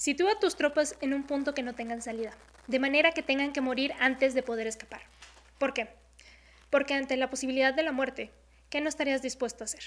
Sitúa a tus tropas en un punto que no tengan salida, de manera que tengan que morir antes de poder escapar. ¿Por qué? Porque ante la posibilidad de la muerte, ¿qué no estarías dispuesto a hacer?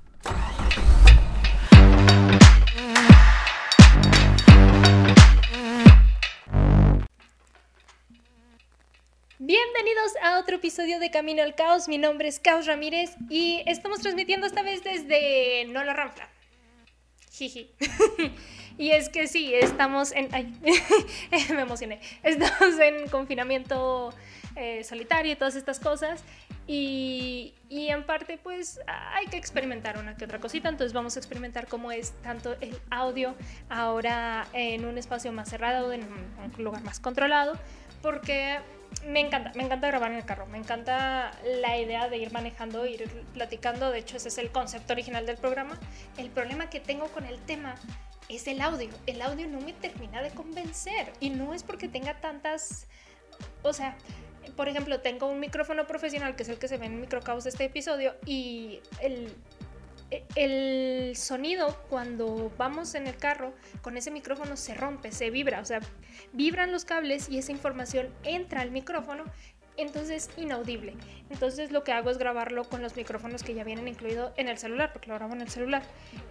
Bienvenidos a otro episodio de Camino al Caos. Mi nombre es Caos Ramírez y estamos transmitiendo esta vez desde No la Ranfla. Jiji. Y es que sí, estamos en... Ay, me emocioné. Estamos en confinamiento solitario y todas estas cosas. Y en parte pues hay que experimentar una que otra cosita. Entonces vamos a experimentar cómo es tanto el audio ahora en un espacio más cerrado, en un lugar más controlado. Porque me encanta grabar en el carro, me encanta la idea de ir manejando, ir platicando. De hecho ese es el concepto original del programa. El problema que tengo con el tema es el audio no me termina de convencer, y no es porque tenga tantas, o sea, por ejemplo, tengo un micrófono profesional que es el que se ve en el microcaos de este episodio, y el sonido cuando vamos en el carro con ese micrófono se rompe, se vibra, o sea, vibran los cables y esa información entra al micrófono, entonces inaudible. Entonces lo que hago es grabarlo con los micrófonos que ya vienen incluidos en el celular, porque lo grabo en el celular,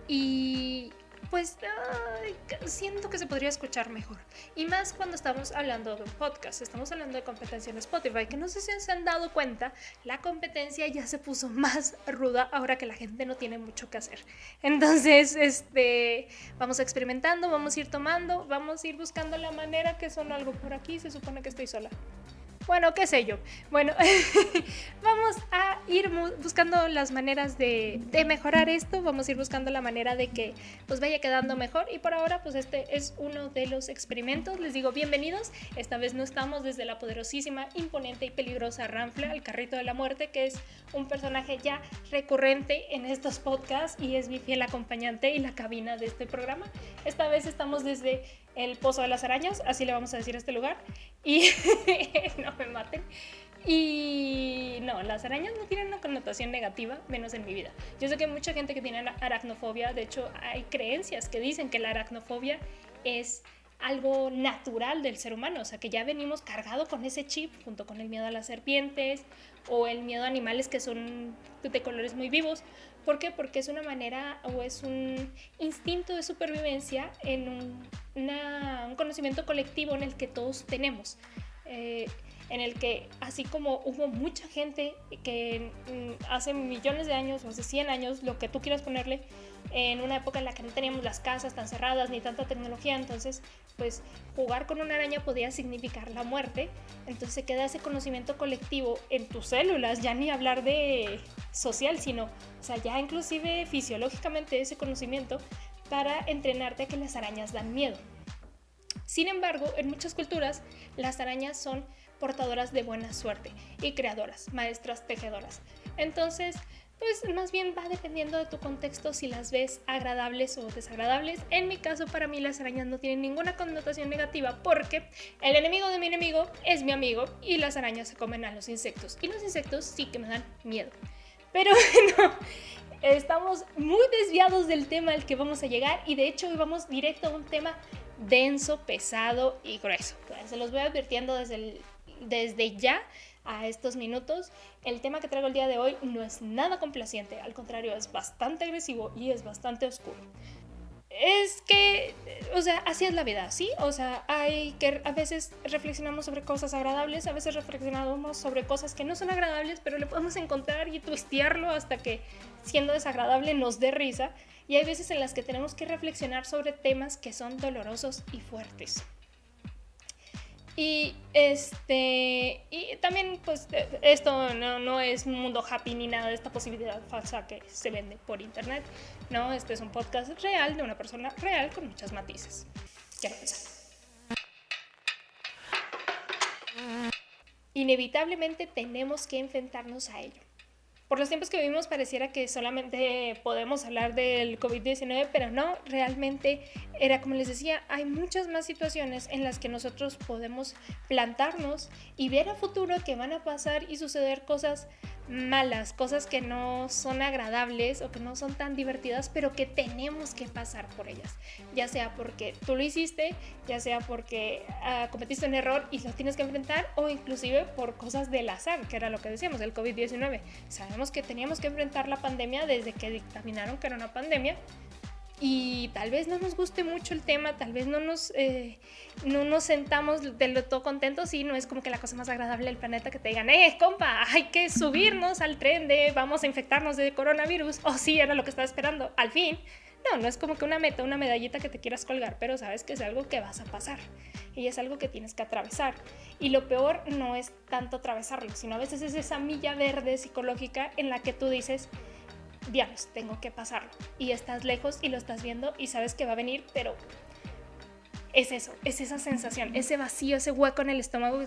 y pues siento que se podría escuchar mejor. Y más cuando estamos hablando de un podcast, estamos hablando de competencia en Spotify, que no sé si se han dado cuenta, la competencia ya se puso más ruda ahora que la gente no tiene mucho que hacer. Entonces, vamos experimentando, vamos a ir tomando, vamos a ir buscando la manera, que son algo por aquí, se supone que estoy sola. Bueno, qué sé yo. Bueno, vamos a ir buscando las maneras de mejorar esto. Vamos a ir buscando la manera de que pues vaya quedando mejor. Y por ahora, pues este es uno de los experimentos. Les digo bienvenidos. Esta vez no estamos desde la poderosísima, imponente y peligrosa Ranfla, el carrito de la muerte, que es un personaje ya recurrente en estos podcasts y es mi fiel acompañante y la cabina de este programa. Esta vez estamos desde el Pozo de las Arañas, así le vamos a decir a este lugar. Y no me maten. Y no, las arañas no tienen una connotación negativa, menos en mi vida. Yo sé que hay mucha gente que tiene aracnofobia. De hecho, hay creencias que dicen que la aracnofobia es algo natural del ser humano, o sea, que ya venimos cargado con ese chip, junto con el miedo a las serpientes o el miedo a animales que son de colores muy vivos. ¿Por qué? Porque es una manera o es un instinto de supervivencia en un conocimiento colectivo en el que todos tenemos. En el que, así como hubo mucha gente que hace millones de años o hace 100 años, lo que tú quieras ponerle, en una época en la que no teníamos las casas tan cerradas ni tanta tecnología, entonces pues jugar con una araña podía significar la muerte. Entonces se queda ese conocimiento colectivo en tus células, ya ni hablar de social, sino, o sea, ya inclusive fisiológicamente ese conocimiento para entrenarte a que las arañas dan miedo. Sin embargo, en muchas culturas las arañas son portadoras de buena suerte y creadoras, maestras tejedoras. Entonces, pues más bien va dependiendo de tu contexto si las ves agradables o desagradables. En mi caso, para mí las arañas no tienen ninguna connotación negativa porque el enemigo de mi enemigo es mi amigo y las arañas se comen a los insectos. Y los insectos sí que me dan miedo. Pero bueno, estamos muy desviados del tema al que vamos a llegar y de hecho hoy vamos directo a un tema denso, pesado y grueso. Se los voy advirtiendo desde ya a estos minutos. El tema que traigo el día de hoy no es nada complaciente, al contrario, es bastante agresivo y es bastante oscuro. Es que, o sea, así es la vida, ¿sí? O sea, a veces reflexionamos sobre cosas agradables, a veces reflexionamos sobre cosas que no son agradables, pero le podemos encontrar y twistearlo hasta que, siendo desagradable, nos dé risa. Y hay veces en las que tenemos que reflexionar sobre temas que son dolorosos y fuertes. Y también, pues, esto no es un mundo happy ni nada de esta posibilidad falsa que se vende por internet. No, este es un podcast real de una persona real con muchos matices. Quiero empezar. Inevitablemente tenemos que enfrentarnos a ello. Por los tiempos que vivimos pareciera que solamente podemos hablar del COVID-19, pero no, realmente era como les decía, hay muchas más situaciones en las que nosotros podemos plantarnos y ver a futuro que van a pasar y suceder cosas malas, cosas que no son agradables o que no son tan divertidas, pero que tenemos que pasar por ellas, ya sea porque tú lo hiciste, ya sea porque cometiste un error y lo tienes que enfrentar, o inclusive por cosas del azar, que era lo que decíamos, el COVID-19. Sabemos que teníamos que enfrentar la pandemia desde que dictaminaron que era una pandemia, y tal vez no nos guste mucho el tema, tal vez no nos sentamos del todo contentos, y no es como que la cosa más agradable del planeta que te digan, compa, hay que subirnos al tren de vamos a infectarnos de coronavirus. Oh, sí, era lo que estaba esperando, al fin. No es como que una meta, una medallita que te quieras colgar, pero sabes que es algo que vas a pasar y es algo que tienes que atravesar. Y lo peor no es tanto atravesarlo, sino a veces es esa milla verde psicológica en la que tú dices, diablos, tengo que pasarlo, y estás lejos y lo estás viendo y sabes que va a venir, pero es eso, es esa sensación, ese vacío, ese hueco en el estómago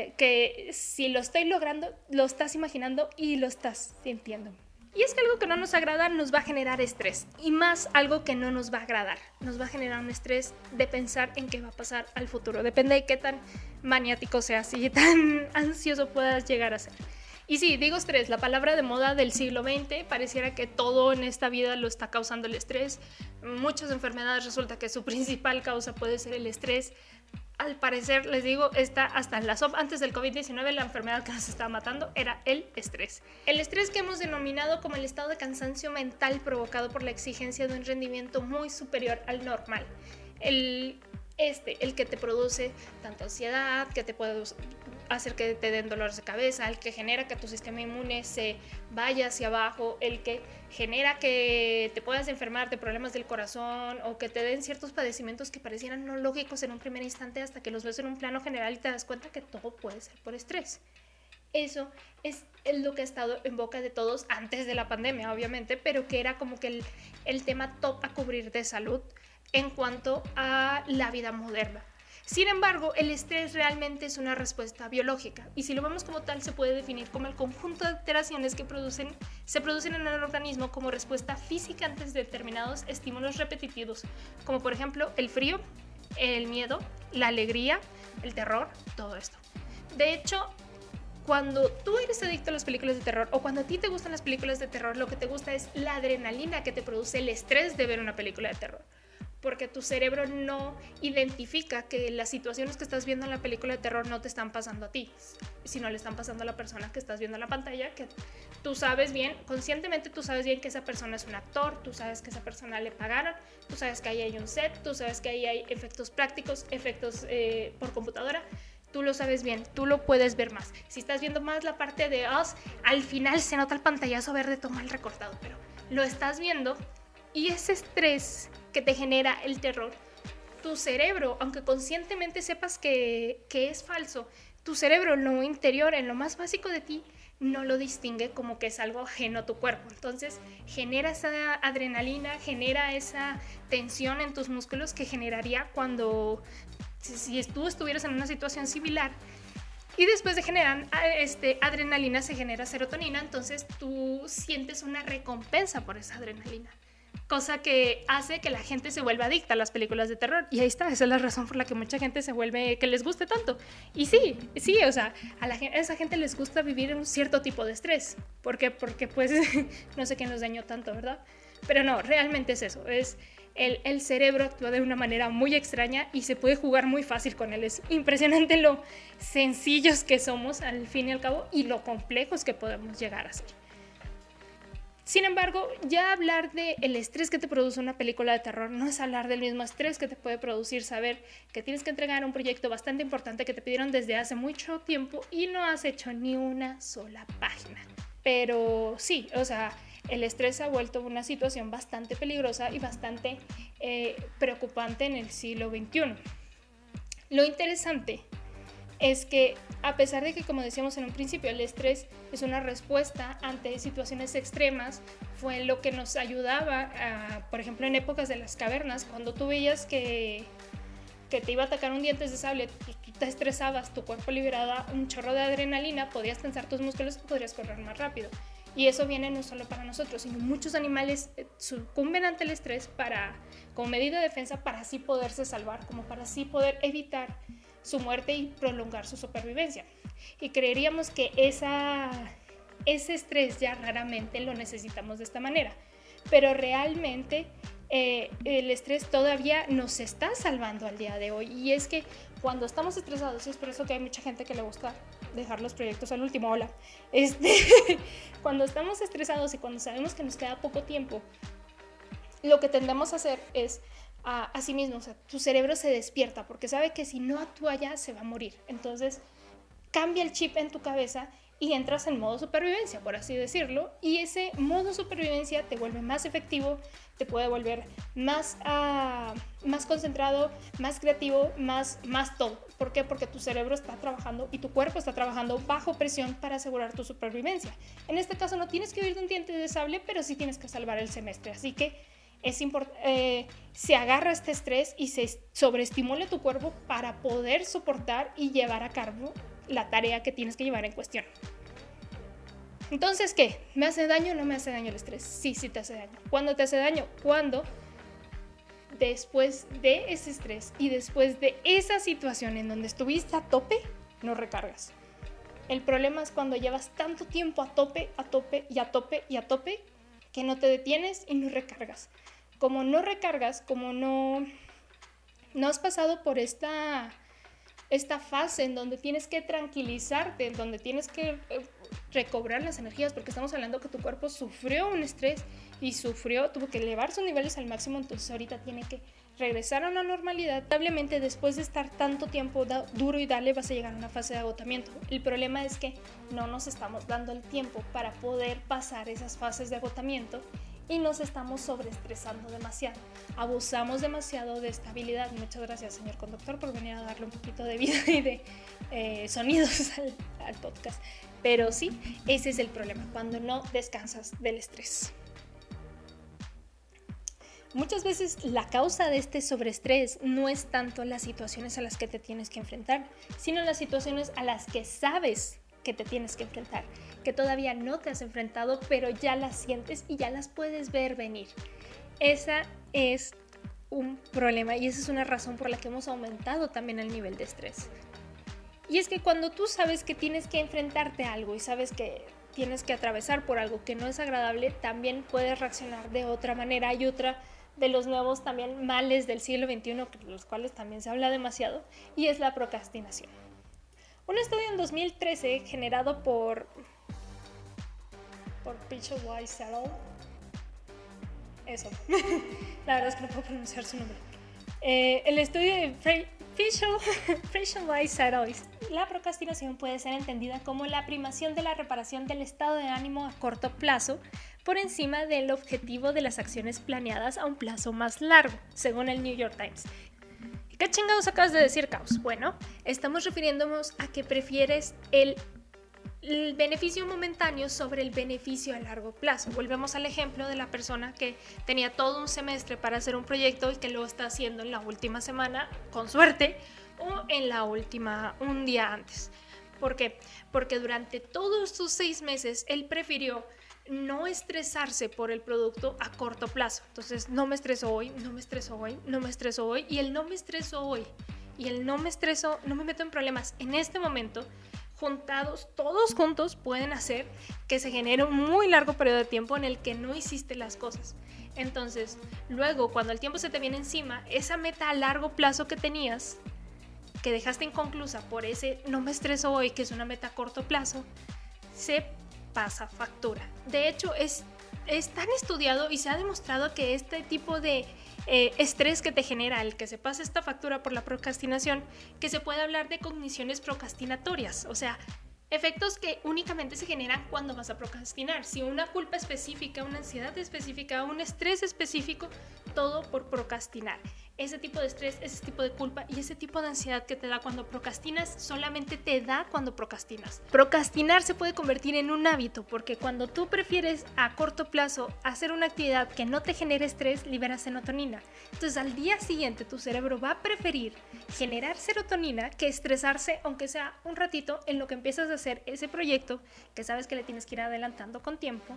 que si lo estoy logrando, lo estás imaginando y lo estás sintiendo. Y es que algo que no nos agrada nos va a generar estrés, y más algo que no nos va a agradar, nos va a generar un estrés de pensar en qué va a pasar al futuro. Depende de qué tan maniático seas y tan ansioso puedas llegar a ser. Y sí, digo estrés, la palabra de moda del siglo XX, pareciera que todo en esta vida lo está causando el estrés. Muchas enfermedades resulta que su principal causa puede ser el estrés. Al parecer, les digo, está hasta en la SOP. Antes del COVID-19, la enfermedad que nos estaba matando era el estrés. El estrés que hemos denominado como el estado de cansancio mental provocado por la exigencia de un rendimiento muy superior al normal. El que te produce tanta ansiedad, que te puede hacer que te den dolores de cabeza, el que genera que tu sistema inmune se vaya hacia abajo, el que genera que te puedas enfermar de problemas del corazón o que te den ciertos padecimientos que parecieran no lógicos en un primer instante hasta que los ves en un plano general y te das cuenta que todo puede ser por estrés. Eso es lo que ha estado en boca de todos antes de la pandemia, obviamente, pero que era como que el tema top a cubrir de salud en cuanto a la vida moderna. Sin embargo, el estrés realmente es una respuesta biológica, y si lo vemos como tal, se puede definir como el conjunto de alteraciones que se producen en el organismo como respuesta física ante determinados estímulos repetitivos, como por ejemplo el frío, el miedo, la alegría, el terror, todo esto. De hecho, cuando tú eres adicto a las películas de terror, o cuando a ti te gustan las películas de terror, lo que te gusta es la adrenalina que te produce el estrés de ver una película de terror, porque tu cerebro no identifica que las situaciones que estás viendo en la película de terror no te están pasando a ti, sino le están pasando a la persona que estás viendo en la pantalla, que tú sabes bien, conscientemente tú sabes bien que esa persona es un actor, tú sabes que esa persona le pagaron, tú sabes que ahí hay un set, tú sabes que ahí hay efectos prácticos, efectos por computadora. Tú lo sabes bien, tú lo puedes ver más. Si estás viendo más la parte de al final se nota el pantallazo verde todo mal recortado, pero lo estás viendo, y ese estrés que te genera el terror, tu cerebro, aunque conscientemente sepas que es falso, tu cerebro en lo interior, en lo más básico de ti, no lo distingue como que es algo ajeno a tu cuerpo. Entonces genera esa adrenalina, genera esa tensión en tus músculos que generaría cuando, si tú estuvieras en una situación similar. Y después de generar adrenalina se genera serotonina, entonces tú sientes una recompensa por esa adrenalina, cosa que hace que la gente se vuelva adicta a las películas de terror. Y ahí está, esa es la razón por la que mucha gente se vuelve, que les guste tanto. Y sí, o sea, a esa gente les gusta vivir un cierto tipo de estrés. ¿Por qué? Porque pues no sé quién los dañó tanto, ¿verdad? Pero no, realmente es eso, es el cerebro actúa de una manera muy extraña y se puede jugar muy fácil con él. Es impresionante lo sencillos que somos al fin y al cabo y lo complejos que podemos llegar a ser. Sin embargo, ya hablar del estrés que te produce una película de terror no es hablar del mismo estrés que te puede producir saber que tienes que entregar un proyecto bastante importante que te pidieron desde hace mucho tiempo y no has hecho ni una sola página. Pero sí, o sea, el estrés se ha vuelto una situación bastante peligrosa y bastante preocupante en el siglo XXI. Lo interesante es que, a pesar de que, como decíamos en un principio, el estrés es una respuesta ante situaciones extremas, fue lo que nos ayudaba, por ejemplo, en épocas de las cavernas, cuando tú veías que te iba a atacar un diente de sable, pues tú te estresabas, tu cuerpo liberaba un chorro de adrenalina, podías tensar tus músculos y podrías correr más rápido. Y eso viene no solo para nosotros, sino muchos animales sucumben ante el estrés como medida de defensa para así poderse salvar, como para así poder evitar su muerte y prolongar su supervivencia. Y creeríamos que esa ese estrés ya raramente lo necesitamos de esta manera, pero realmente el estrés todavía nos está salvando al día de hoy. Y es que cuando estamos estresados, y es por eso que hay mucha gente que le gusta dejar los proyectos al último, cuando estamos estresados y cuando sabemos que nos queda poco tiempo, lo que tendemos a hacer es así mismo, o sea, tu cerebro se despierta porque sabe que si no actúa ya se va a morir. Entonces cambia el chip en tu cabeza y entras en modo supervivencia, por así decirlo, y ese modo supervivencia te vuelve más efectivo, te puede volver más concentrado, más creativo, más todo. ¿Por qué? Porque tu cerebro está trabajando y tu cuerpo está trabajando bajo presión para asegurar tu supervivencia. En este caso no tienes que huir de un diente de sable, pero sí tienes que salvar el semestre, así que se agarra este estrés y se sobreestimula tu cuerpo para poder soportar y llevar a cabo la tarea que tienes que llevar en cuestión. Entonces, ¿qué? ¿Me hace daño o no me hace daño el estrés? Sí, sí te hace daño. ¿Cuándo te hace daño? Cuando después de ese estrés y después de esa situación en donde estuviste a tope, no recargas. El problema es cuando llevas tanto tiempo a tope, a tope y a tope y a tope, que no te detienes y no recargas. Como no recargas, como no has pasado por esta fase en donde tienes que tranquilizarte, en donde tienes que recobrar las energías, porque estamos hablando que tu cuerpo sufrió un estrés y tuvo que elevar sus niveles al máximo, entonces ahorita tiene que regresar a una normalidad. Probablemente después de estar tanto tiempo duro y dale vas a llegar a una fase de agotamiento. El problema es que no nos estamos dando el tiempo para poder pasar esas fases de agotamiento y nos estamos sobreestresando demasiado. Abusamos demasiado de estabilidad. Muchas gracias, señor conductor, por venir a darle un poquito de vida y de sonidos al podcast. Pero sí, ese es el problema, cuando no descansas del estrés. Muchas veces la causa de este sobreestrés no es tanto las situaciones a las que te tienes que enfrentar, sino las situaciones a las que sabes que te tienes que enfrentar, que todavía no te has enfrentado, pero ya las sientes y ya las puedes ver venir. Esa es un problema y esa es una razón por la que hemos aumentado también el nivel de estrés. Y es que cuando tú sabes que tienes que enfrentarte a algo y sabes que tienes que atravesar por algo que no es agradable, también puedes reaccionar de otra manera. Hay otra de los nuevos también males del siglo XXI, de los cuales también se habla demasiado, y es la procrastinación. Un estudio en 2013 generado por Peter Y. Settle, eso, la verdad es que no puedo pronunciar su nombre. El estudio de Peter Y. Settle, la procrastinación puede ser entendida como la primación de la reparación del estado de ánimo a corto plazo por encima del objetivo de las acciones planeadas a un plazo más largo, según el New York Times. ¿Qué chingados acabas de decir, Caos? Bueno, estamos refiriéndonos a que prefieres el beneficio momentáneo sobre el beneficio a largo plazo. Volvemos al ejemplo de la persona que tenía todo un semestre para hacer un proyecto y que lo está haciendo en la última semana, con suerte, o en la última, un día antes. ¿Por qué? Porque durante todos sus 6 meses él prefirió no estresarse por el producto a corto plazo. Entonces, no me estreso hoy, no me estreso hoy, no me estreso hoy, y el no me estreso hoy, y el no me estreso, no me meto en problemas en este momento, juntados, todos juntos pueden hacer que se genere un muy largo periodo de tiempo en el que no hiciste las cosas. Entonces, luego, cuando el tiempo se te viene encima, esa meta a largo plazo que tenías, que dejaste inconclusa por ese no me estreso hoy, que es una meta a corto plazo, se pasa factura. De hecho, es tan estudiado y se ha demostrado que este tipo de estrés que te genera el que se pasa esta factura por la procrastinación, que se puede hablar de cogniciones procrastinatorias, o sea, efectos que únicamente se generan cuando vas a procrastinar. Si una culpa específica, una ansiedad específica, un estrés específico, todo por procrastinar. Ese tipo de estrés, ese tipo de culpa y ese tipo de ansiedad que te da cuando procrastinas, solamente te da cuando procrastinas. Procrastinar se puede convertir en un hábito, porque cuando tú prefieres a corto plazo hacer una actividad que no te genere estrés, liberas serotonina. Entonces al día siguiente tu cerebro va a preferir generar serotonina que estresarse, aunque sea un ratito, en lo que empiezas a hacer ese proyecto que sabes que le tienes que ir adelantando con tiempo,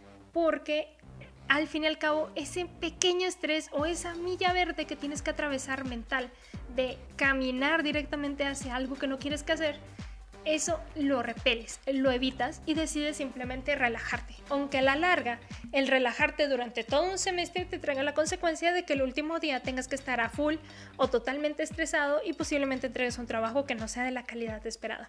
porque al fin y al cabo, ese pequeño estrés o esa milla verde que tienes que atravesar mental de caminar directamente hacia algo que no quieres que hacer, eso lo repeles, lo evitas y decides simplemente relajarte. Aunque a la larga, el relajarte durante todo un semestre te traiga la consecuencia de que el último día tengas que estar a full o totalmente estresado y posiblemente entregues un trabajo que no sea de la calidad esperada.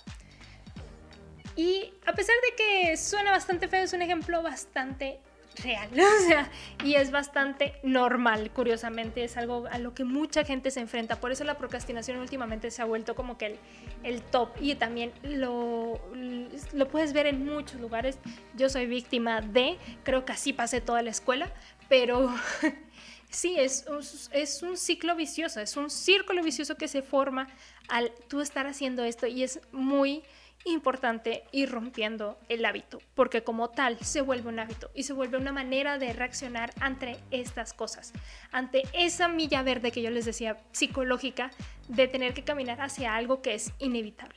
Y a pesar de que suena bastante feo, es un ejemplo bastante real, o sea, y es bastante normal, curiosamente, es algo a lo que mucha gente se enfrenta. Por eso la procrastinación últimamente se ha vuelto como que el top, y también lo puedes ver en muchos lugares. Yo soy víctima creo que así pasé toda la escuela, pero sí, es un ciclo vicioso, es un círculo vicioso que se forma al tú estar haciendo esto, y es muy importante ir rompiendo el hábito, porque como tal se vuelve un hábito y se vuelve una manera de reaccionar ante estas cosas, ante esa milla verde que yo les decía, psicológica, de tener que caminar hacia algo que es inevitable.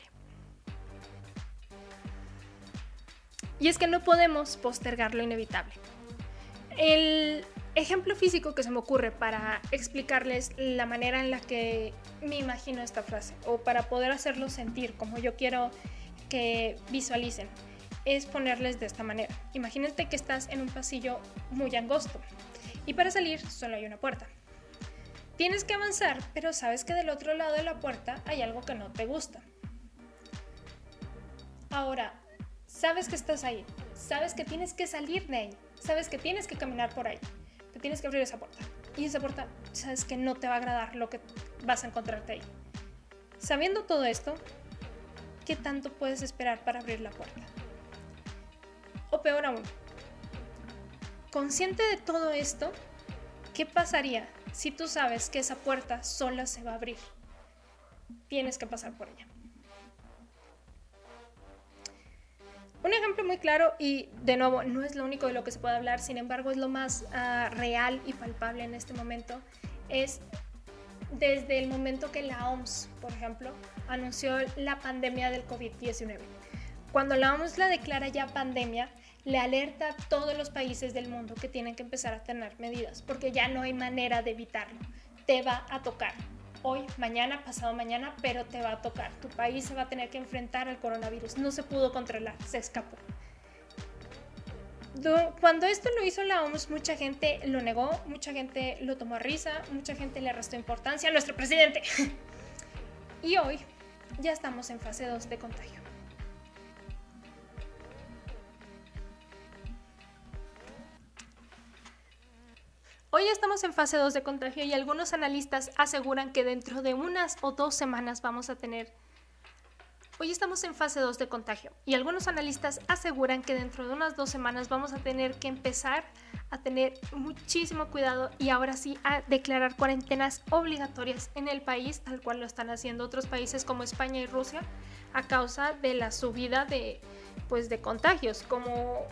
Y es que no podemos postergar lo inevitable. El ejemplo físico que se me ocurre para explicarles la manera en la que me imagino esta frase, o para poder hacerlo sentir como yo quiero que visualicen, es ponerles de esta manera. Imagínate que estás en un pasillo muy angosto y para salir solo hay una puerta. Tienes que avanzar, pero sabes que del otro lado de la puerta hay algo que no te gusta. Ahora, sabes que estás ahí, sabes que tienes que salir de ahí, sabes que tienes que caminar por ahí, que tienes que abrir esa puerta, y esa puerta sabes que no te va a agradar lo que vas a encontrarte ahí. Sabiendo todo esto, ¿qué tanto puedes esperar para abrir la puerta? O peor aún, consciente de todo esto, ¿qué pasaría si tú sabes que esa puerta sola se va a abrir? Tienes que pasar por ella. Un ejemplo muy claro, y de nuevo no es lo único de lo que se puede hablar, sin embargo es lo más real y palpable en este momento, es desde el momento que la OMS, por ejemplo, anunció la pandemia del COVID-19. Cuando la OMS la declara ya pandemia, le alerta a todos los países del mundo que tienen que empezar a tener medidas, porque ya no hay manera de evitarlo. Te va a tocar. Hoy, mañana, pasado mañana, pero te va a tocar. Tu país se va a tener que enfrentar al coronavirus. No se pudo controlar, se escapó. Cuando esto lo hizo la OMS, mucha gente lo negó, mucha gente lo tomó a risa, mucha gente le restó importancia a nuestro presidente. Y hoy ya estamos en fase 2 de contagio. Hoy estamos en fase 2 de contagio y algunos analistas aseguran que dentro de unas o 2 semanas vamos a tener... Hoy estamos en fase 2 de contagio y algunos analistas aseguran que dentro de unas 2 semanas vamos a tener que empezar a tener muchísimo cuidado y ahora sí a declarar cuarentenas obligatorias en el país, tal cual lo están haciendo otros países como España y Rusia, a causa de la subida de contagios, como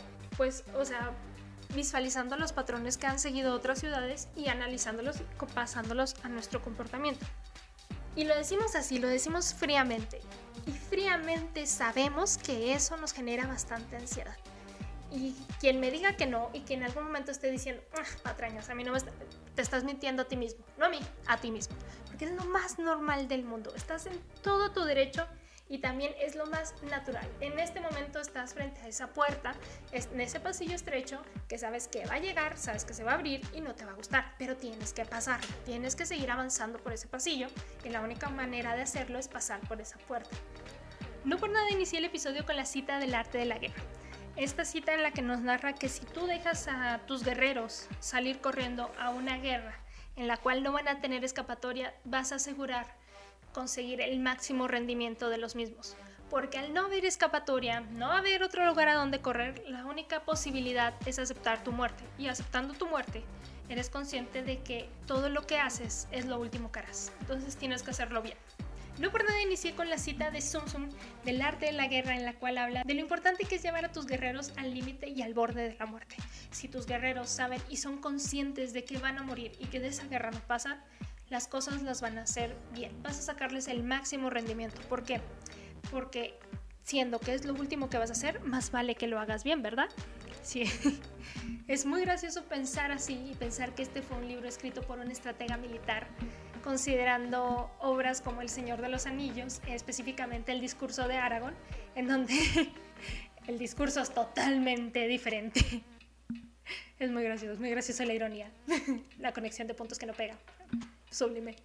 visualizando los patrones que han seguido otras ciudades y analizándolos y pasándolos a nuestro comportamiento. Y lo decimos así, lo decimos fríamente. Y fríamente sabemos que eso nos genera bastante ansiedad. Y quien me diga que no, y que en algún momento esté diciendo, patrañas, a mí no te estás mintiendo a ti mismo. No a mí, a ti mismo. Porque es lo más normal del mundo. Estás en todo tu derecho y también es lo más natural. En este momento estás frente a esa puerta, en ese pasillo estrecho que sabes que va a llegar, sabes que se va a abrir y no te va a gustar, pero tienes que pasarlo, tienes que seguir avanzando por ese pasillo y la única manera de hacerlo es pasar por esa puerta. No por nada inicié el episodio con la cita del arte de la guerra. Esta cita en la que nos narra que si tú dejas a tus guerreros salir corriendo a una guerra en la cual no van a tener escapatoria, vas a asegurar conseguir el máximo rendimiento de los mismos, porque al no haber escapatoria, no haber otro lugar a donde correr, la única posibilidad es aceptar tu muerte, y aceptando tu muerte eres consciente de que todo lo que haces es lo último que harás, entonces tienes que hacerlo bien. No por nada inicié con la cita de Sun Tzu del arte de la guerra, en la cual habla de lo importante que es llevar a tus guerreros al límite y al borde de la muerte. Si tus guerreros saben y son conscientes de que van a morir y que de esa guerra no pasan, las cosas las van a hacer bien, vas a sacarles el máximo rendimiento. ¿Por qué? Porque siendo que es lo último que vas a hacer, más vale que lo hagas bien, ¿verdad? Sí. Es muy gracioso pensar así y pensar que este fue un libro escrito por un estratega militar considerando obras como El Señor de los Anillos, específicamente el discurso de Aragorn, en donde el discurso es totalmente diferente. Es muy graciosa la ironía, la conexión de puntos que no pega. Sublime.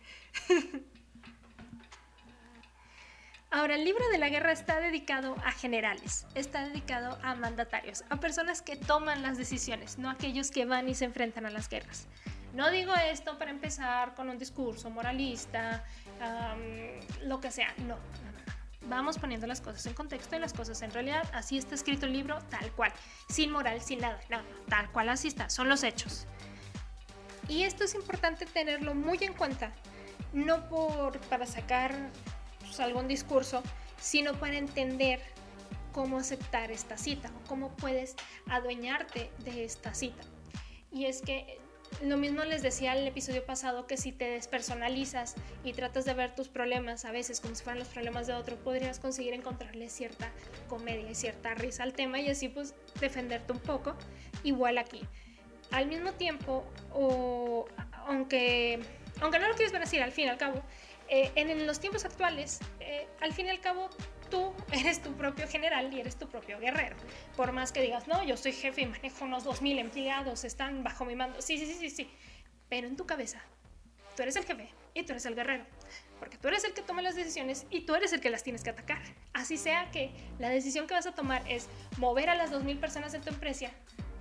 Ahora, el libro de la guerra está dedicado a generales, está dedicado a mandatarios, a personas que toman las decisiones, no a aquellos que van y se enfrentan a las guerras. No digo esto para empezar con un discurso moralista, lo que sea, no. Vamos poniendo las cosas en contexto y las cosas en realidad. Así está escrito el libro, tal cual, sin moral, sin nada, no, tal cual así está, son los hechos. Y esto es importante tenerlo muy en cuenta, no para sacar algún discurso, sino para entender cómo aceptar esta cita o cómo puedes adueñarte de esta cita. Y es que lo mismo les decía en el episodio pasado, que si te despersonalizas y tratas de ver tus problemas a veces como si fueran los problemas de otro, podrías conseguir encontrarle cierta comedia y cierta risa al tema y así pues defenderte un poco. Igual aquí. Al mismo tiempo, aunque no lo quieres ver así, al fin y al cabo, en los tiempos actuales, al fin y al cabo, tú eres tu propio general y eres tu propio guerrero. Por más que digas, no, yo soy jefe y manejo unos 2000 empleados, están bajo mi mando. Sí. Pero en tu cabeza, tú eres el jefe y tú eres el guerrero. Porque tú eres el que toma las decisiones y tú eres el que las tienes que atacar. Así sea que la decisión que vas a tomar es mover a las 2000 personas en tu empresa,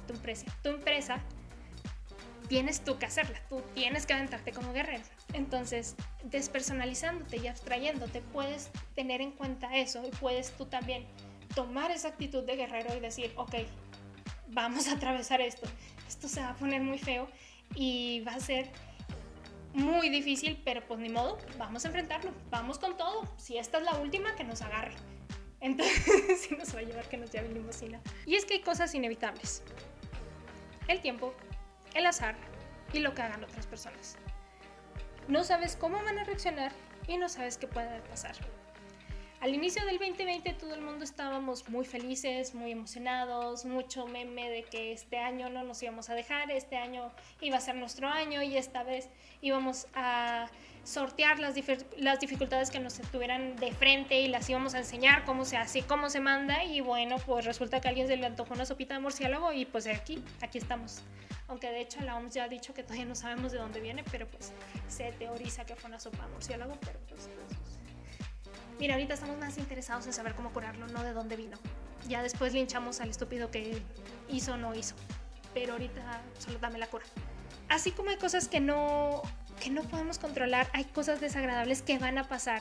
tienes tú que hacerla, tú tienes que aventarte como guerrero. Entonces, despersonalizándote y abstrayéndote, puedes tener en cuenta eso y puedes tú también tomar esa actitud de guerrero y decir, ok, vamos a atravesar esto se va a poner muy feo y va a ser muy difícil, pero pues ni modo, vamos a enfrentarlo, vamos con todo. Si esta es la última, que nos agarre. Entonces, sí nos va a llevar que nos lleve limusina. Y es que hay cosas inevitables: el tiempo, el azar y lo que hagan otras personas. No sabes cómo van a reaccionar y no sabes qué puede pasar. Al inicio del 2020 todo el mundo estábamos muy felices, muy emocionados, mucho meme de que este año no nos íbamos a dejar, este año iba a ser nuestro año y esta vez íbamos a sortear las dificultades que nos estuvieran de frente y las íbamos a enseñar cómo se hace, cómo se manda. Y bueno, pues resulta que a alguien se le antojó una sopita de murciélago y pues aquí estamos. Aunque de hecho la OMS ya ha dicho que todavía no sabemos de dónde viene, pero pues se teoriza que fue una sopa de murciélago, pero pues mira, ahorita estamos más interesados en saber cómo curarlo, no de dónde vino. Ya después linchamos al estúpido que hizo o no hizo, pero ahorita solo dame la cura. Así como hay cosas que no podemos controlar, hay cosas desagradables que van a pasar,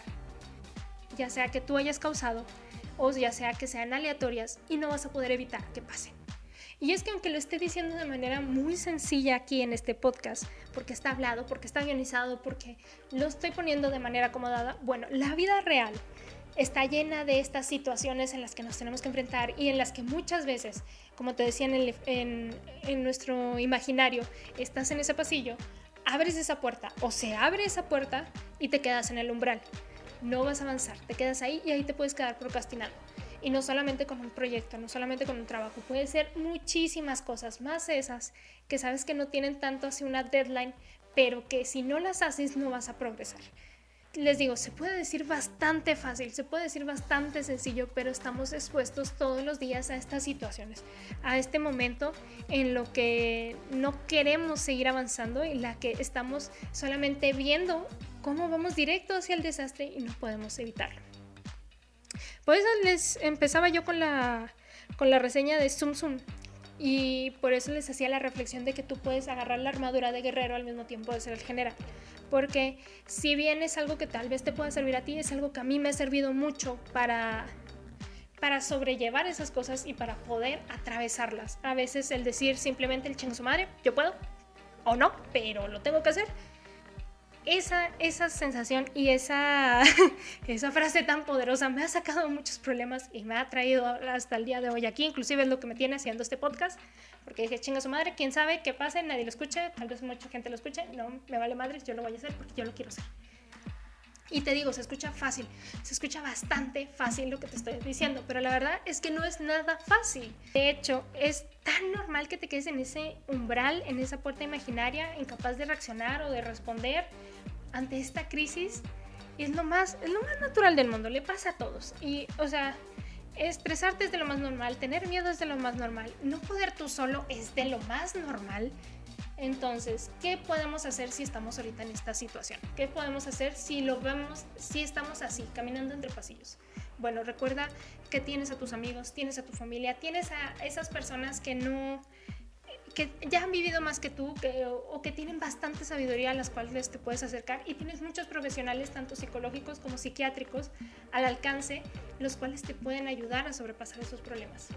ya sea que tú hayas causado o ya sea que sean aleatorias y no vas a poder evitar que pasen. Y es que aunque lo esté diciendo de manera muy sencilla aquí en este podcast, porque está hablado, porque está guionizado, porque lo estoy poniendo de manera acomodada, bueno, la vida real está llena de estas situaciones en las que nos tenemos que enfrentar y en las que muchas veces, como te decía en nuestro imaginario, estás en ese pasillo, abres esa puerta o se abre esa puerta y te quedas en el umbral. No vas a avanzar, te quedas ahí y ahí te puedes quedar procrastinando. Y no solamente con un proyecto, no solamente con un trabajo, puede ser muchísimas cosas, más esas que sabes que no tienen tanto así una deadline, pero que si no las haces no vas a progresar. Les digo, se puede decir bastante fácil, se puede decir bastante sencillo, pero estamos expuestos todos los días a estas situaciones, a este momento en lo que no queremos seguir avanzando y la que estamos solamente viendo cómo vamos directo hacia el desastre y no podemos evitarlo. Por eso les empezaba yo con la reseña de Tsum Tsum y por eso les hacía la reflexión de que tú puedes agarrar la armadura de guerrero al mismo tiempo de ser el general, porque si bien es algo que tal vez te pueda servir a ti, es algo que a mí me ha servido mucho para sobrellevar esas cosas y para poder atravesarlas. A veces el decir simplemente el chingo su madre, yo puedo o no, pero lo tengo que hacer. Esa sensación y esa frase tan poderosa me ha sacado muchos problemas y me ha traído hasta el día de hoy aquí, inclusive es lo que me tiene haciendo este podcast, porque dije, chinga su madre, quién sabe qué pase, nadie lo escuche, tal vez mucha gente lo escuche, no me vale madre, yo lo voy a hacer porque yo lo quiero hacer. Y te digo, se escucha fácil, se escucha bastante fácil lo que te estoy diciendo, pero la verdad es que no es nada fácil. De hecho, es tan normal que te quedes en ese umbral, en esa puerta imaginaria, incapaz de reaccionar o de responder, ante esta crisis es lo más natural del mundo, le pasa a todos. Y, o sea, estresarte es de lo más normal, tener miedo es de lo más normal, no poder tú solo es de lo más normal. Entonces, ¿qué podemos hacer si estamos ahorita en esta situación? ¿Qué podemos hacer si lo vemos, si estamos así, caminando entre pasillos? Bueno, recuerda que tienes a tus amigos, tienes a tu familia, tienes a esas personas que ya han vivido más que tú o que tienen bastante sabiduría a las cuales te puedes acercar, y tienes muchos profesionales, tanto psicológicos como psiquiátricos, al alcance, los cuales te pueden ayudar a sobrepasar esos problemas.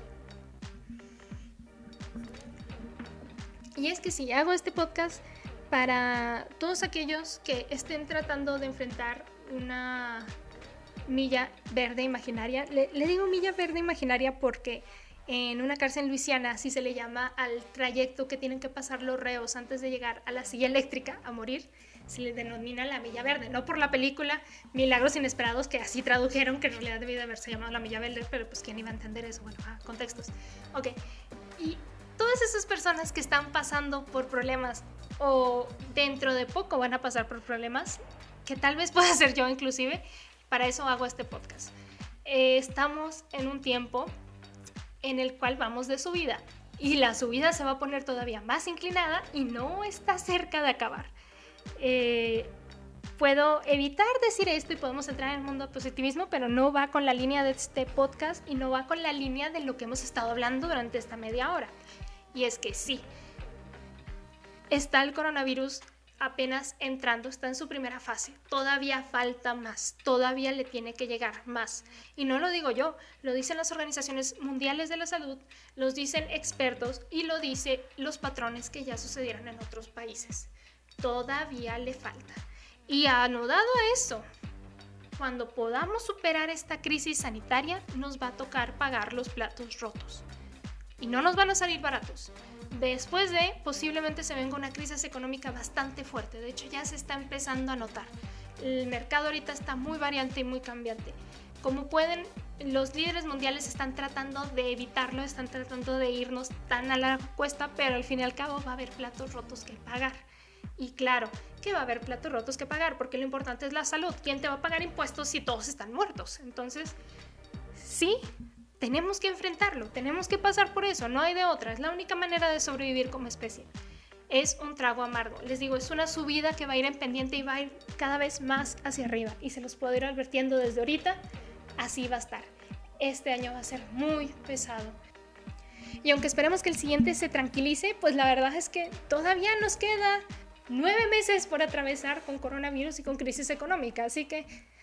Y es que sí, hago este podcast para todos aquellos que estén tratando de enfrentar una milla verde imaginaria. Le digo milla verde imaginaria porque en una cárcel en Luisiana así se le llama al trayecto que tienen que pasar los reos antes de llegar a la silla eléctrica a morir. Se le denomina la milla verde, no por la película Milagros Inesperados, que así tradujeron, que en realidad debía de haberse llamado la milla verde, pero pues quién iba a entender eso. Bueno, contextos. Ok, y todas esas personas que están pasando por problemas o dentro de poco van a pasar por problemas, que tal vez pueda ser yo inclusive, para eso hago este podcast. Estamos en un tiempo en el cual vamos de subida, y la subida se va a poner todavía más inclinada y no está cerca de acabar. Puedo evitar decir esto y podemos entrar en el mundo del positivismo, pero no va con la línea de este podcast y no va con la línea de lo que hemos estado hablando durante esta media hora. Y es que sí, está el coronavirus apenas entrando, está en su primera fase, todavía falta más, todavía le tiene que llegar más. Y no lo digo yo, lo dicen las organizaciones mundiales de la salud, los dicen expertos y lo dicen los patrones que ya sucedieron en otros países. Todavía le falta. Y anudado a eso, cuando podamos superar esta crisis sanitaria, nos va a tocar pagar los platos rotos. Y no nos van a salir baratos. Después de, posiblemente se venga una crisis económica bastante fuerte. De hecho, ya se está empezando a notar. El mercado ahorita está muy variante y muy cambiante. Como pueden, los líderes mundiales están tratando de evitarlo, están tratando de irnos tan a la cuesta, pero al fin y al cabo va a haber platos rotos que pagar. Y claro, que va a haber platos rotos que pagar, porque lo importante es la salud. ¿Quién te va a pagar impuestos si todos están muertos? Entonces, sí, tenemos que enfrentarlo, tenemos que pasar por eso, no hay de otra, es la única manera de sobrevivir como especie. Es un trago amargo, les digo, es una subida que va a ir en pendiente y va a ir cada vez más hacia arriba, y se los puedo ir advirtiendo desde ahorita, así va a estar. Este año va a ser muy pesado. Y aunque esperemos que el siguiente se tranquilice, pues la verdad es que todavía nos queda 9 meses por atravesar con coronavirus y con crisis económica, así que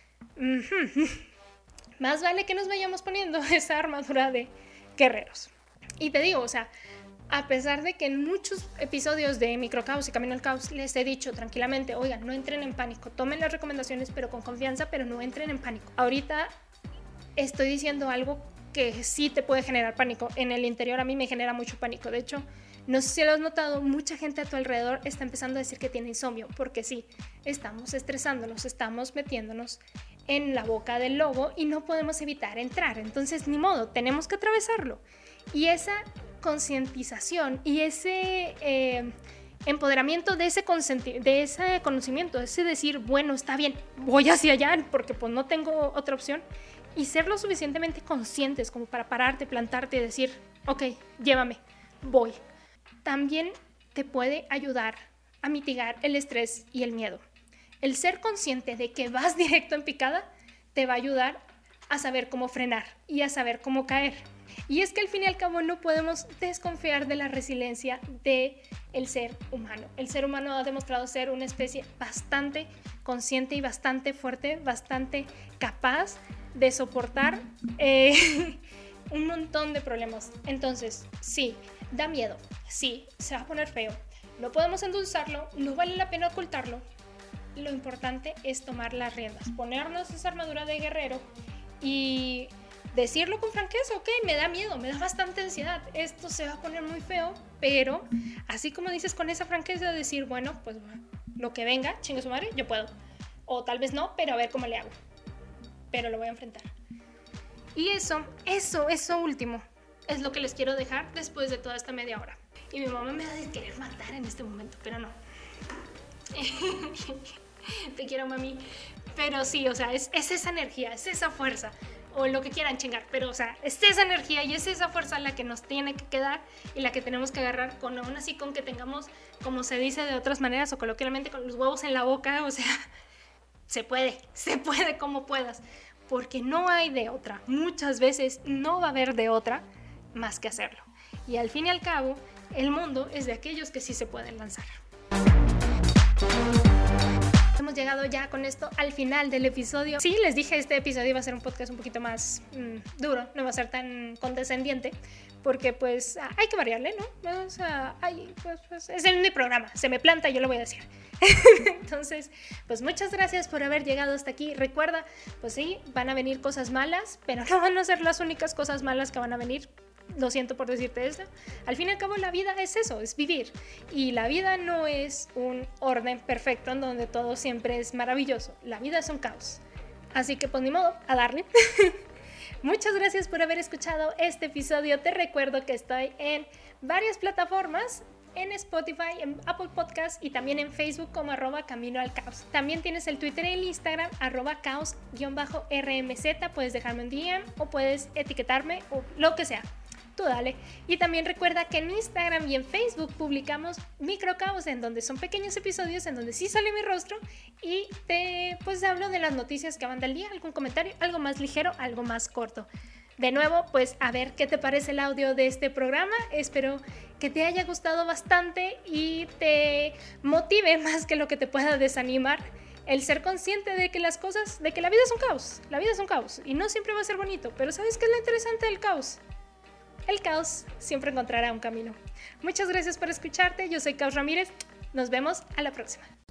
más vale que nos vayamos poniendo esa armadura de guerreros. Y te digo, o sea, a pesar de que en muchos episodios de Microcaos y Camino al Caos les he dicho tranquilamente, oigan, no entren en pánico, tomen las recomendaciones pero con confianza, pero no entren en pánico. Ahorita estoy diciendo algo que sí te puede generar pánico. En el interior a mí me genera mucho pánico. De hecho, no sé si lo has notado, mucha gente a tu alrededor está empezando a decir que tiene insomnio, porque sí, estamos estresándonos, estamos metiéndonos en la boca del lobo y no podemos evitar entrar. Entonces, ni modo, tenemos que atravesarlo. Y esa concientización y ese empoderamiento de ese conocimiento, ese decir, bueno, está bien, voy hacia allá porque pues no tengo otra opción, y ser lo suficientemente conscientes como para pararte, plantarte y decir, ok, llévame, voy. También te puede ayudar a mitigar el estrés y el miedo. El ser consciente de que vas directo en picada te va a ayudar a saber cómo frenar y a saber cómo caer. Y es que al fin y al cabo no podemos desconfiar de la resiliencia del ser humano. El ser humano ha demostrado ser una especie bastante consciente y bastante fuerte, bastante capaz de soportar un montón de problemas. Entonces, sí, da miedo, sí, se va a poner feo. No podemos endulzarlo, no vale la pena ocultarlo. Lo importante es tomar las riendas, ponernos esa armadura de guerrero y decirlo con franqueza, ok, me da miedo, me da bastante ansiedad, esto se va a poner muy feo, pero así como dices con esa franqueza, decir, bueno, pues lo que venga, chingue su madre, yo puedo. O tal vez no, pero a ver cómo le hago. Pero lo voy a enfrentar. Y eso último es lo que les quiero dejar después de toda esta media hora. Y mi mamá me va a querer matar en este momento, pero no. Te quiero, mami. Pero sí, o sea, es esa energía, es esa fuerza, o lo que quieran chingar, pero o sea, es esa energía y es esa fuerza la que nos tiene que quedar y la que tenemos que agarrar, con aún así con que tengamos, como se dice de otras maneras o coloquialmente, con los huevos en la boca, o sea, se puede como puedas, porque no hay de otra, muchas veces no va a haber de otra más que hacerlo. Y al fin y al cabo, el mundo es de aquellos que sí se pueden lanzar. Hemos llegado ya con esto al final del episodio. Sí, les dije, este episodio iba a ser un podcast un poquito más duro, no va a ser tan condescendiente, porque pues hay que variarle, ¿no? O sea, pues, es en mi programa, se me planta, yo lo voy a decir. Entonces, pues muchas gracias por haber llegado hasta aquí. Recuerda, pues sí, van a venir cosas malas, pero no van a ser las únicas cosas malas que van a venir. Lo siento por decirte esto. Al fin y al cabo, la vida es eso, es vivir. Y la vida no es un orden perfecto en donde todo siempre es maravilloso. La vida es un caos. Así que pues ni modo, a darle. Muchas gracias por haber escuchado este episodio. Te recuerdo que estoy en varias plataformas, en Spotify, en Apple Podcast y también en Facebook como @CaminoAlCaos. También tienes el Twitter y el Instagram @caos_rmz. Puedes dejarme un DM o puedes etiquetarme o lo que sea. Tú dale. Y también recuerda que en Instagram y en Facebook publicamos Microcaos, en donde son pequeños episodios en donde sí sale mi rostro y te pues hablo de las noticias que van del día, algún comentario, algo más ligero, algo más corto. De nuevo, pues a ver qué te parece el audio de este programa. Espero que te haya gustado bastante y te motive más que lo que te pueda desanimar el ser consciente de que las cosas, de que la vida es un caos. La vida es un caos y no siempre va a ser bonito, pero ¿sabes qué es lo interesante del caos? El caos siempre encontrará un camino. Muchas gracias por escucharte. Yo soy Caos Ramírez. Nos vemos a la próxima.